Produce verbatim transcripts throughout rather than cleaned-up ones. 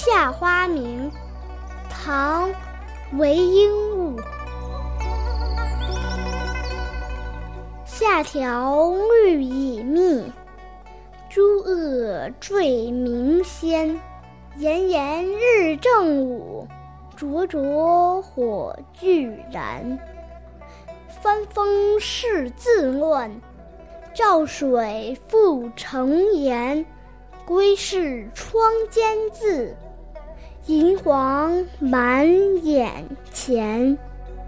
夏花明，唐·韦应物。夏条绿蚁密，朱萼缀明鲜。炎炎日正午，灼灼火炬燃。帆风世自乱，照水复成岩。归是窗间字，银黄满眼前。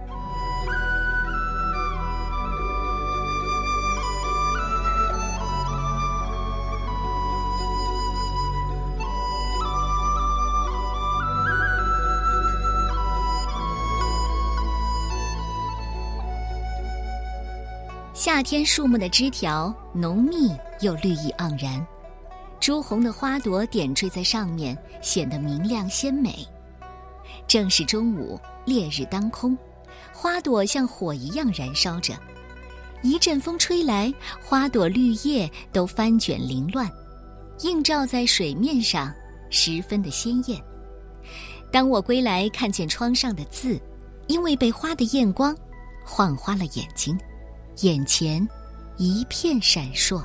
夏天树木的枝条浓密又绿意盎然，朱红的花朵点缀在上面，显得明亮鲜美。正是中午，烈日当空，花朵像火一样燃烧着。一阵风吹来，花朵绿叶都翻卷凌乱，映照在水面上，十分的鲜艳。当我归来，看见窗上的字，因为被花的艳光晃花了眼睛，眼前一片闪烁。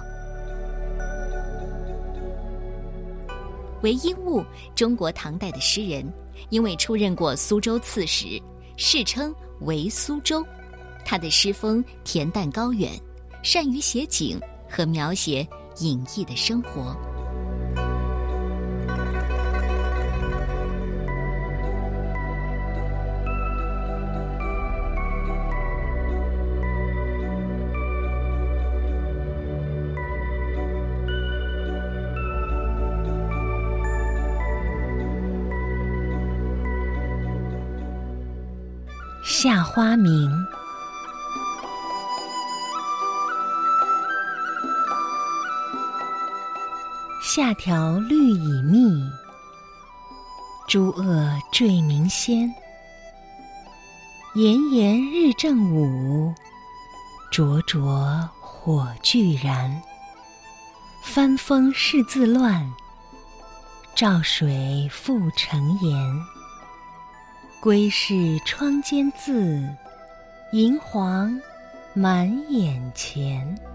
韦应物，中国唐代的诗人，因为出任过苏州刺史，世称韦苏州。他的诗风恬淡高远，善于写景和描写隐逸的生活。 夏花明，夏条绿蚁密，朱萼缀明鲜。炎炎日正午，灼灼火炬燃。帆风世自乱，照水复成岩。归是窗间字，银黄满眼前。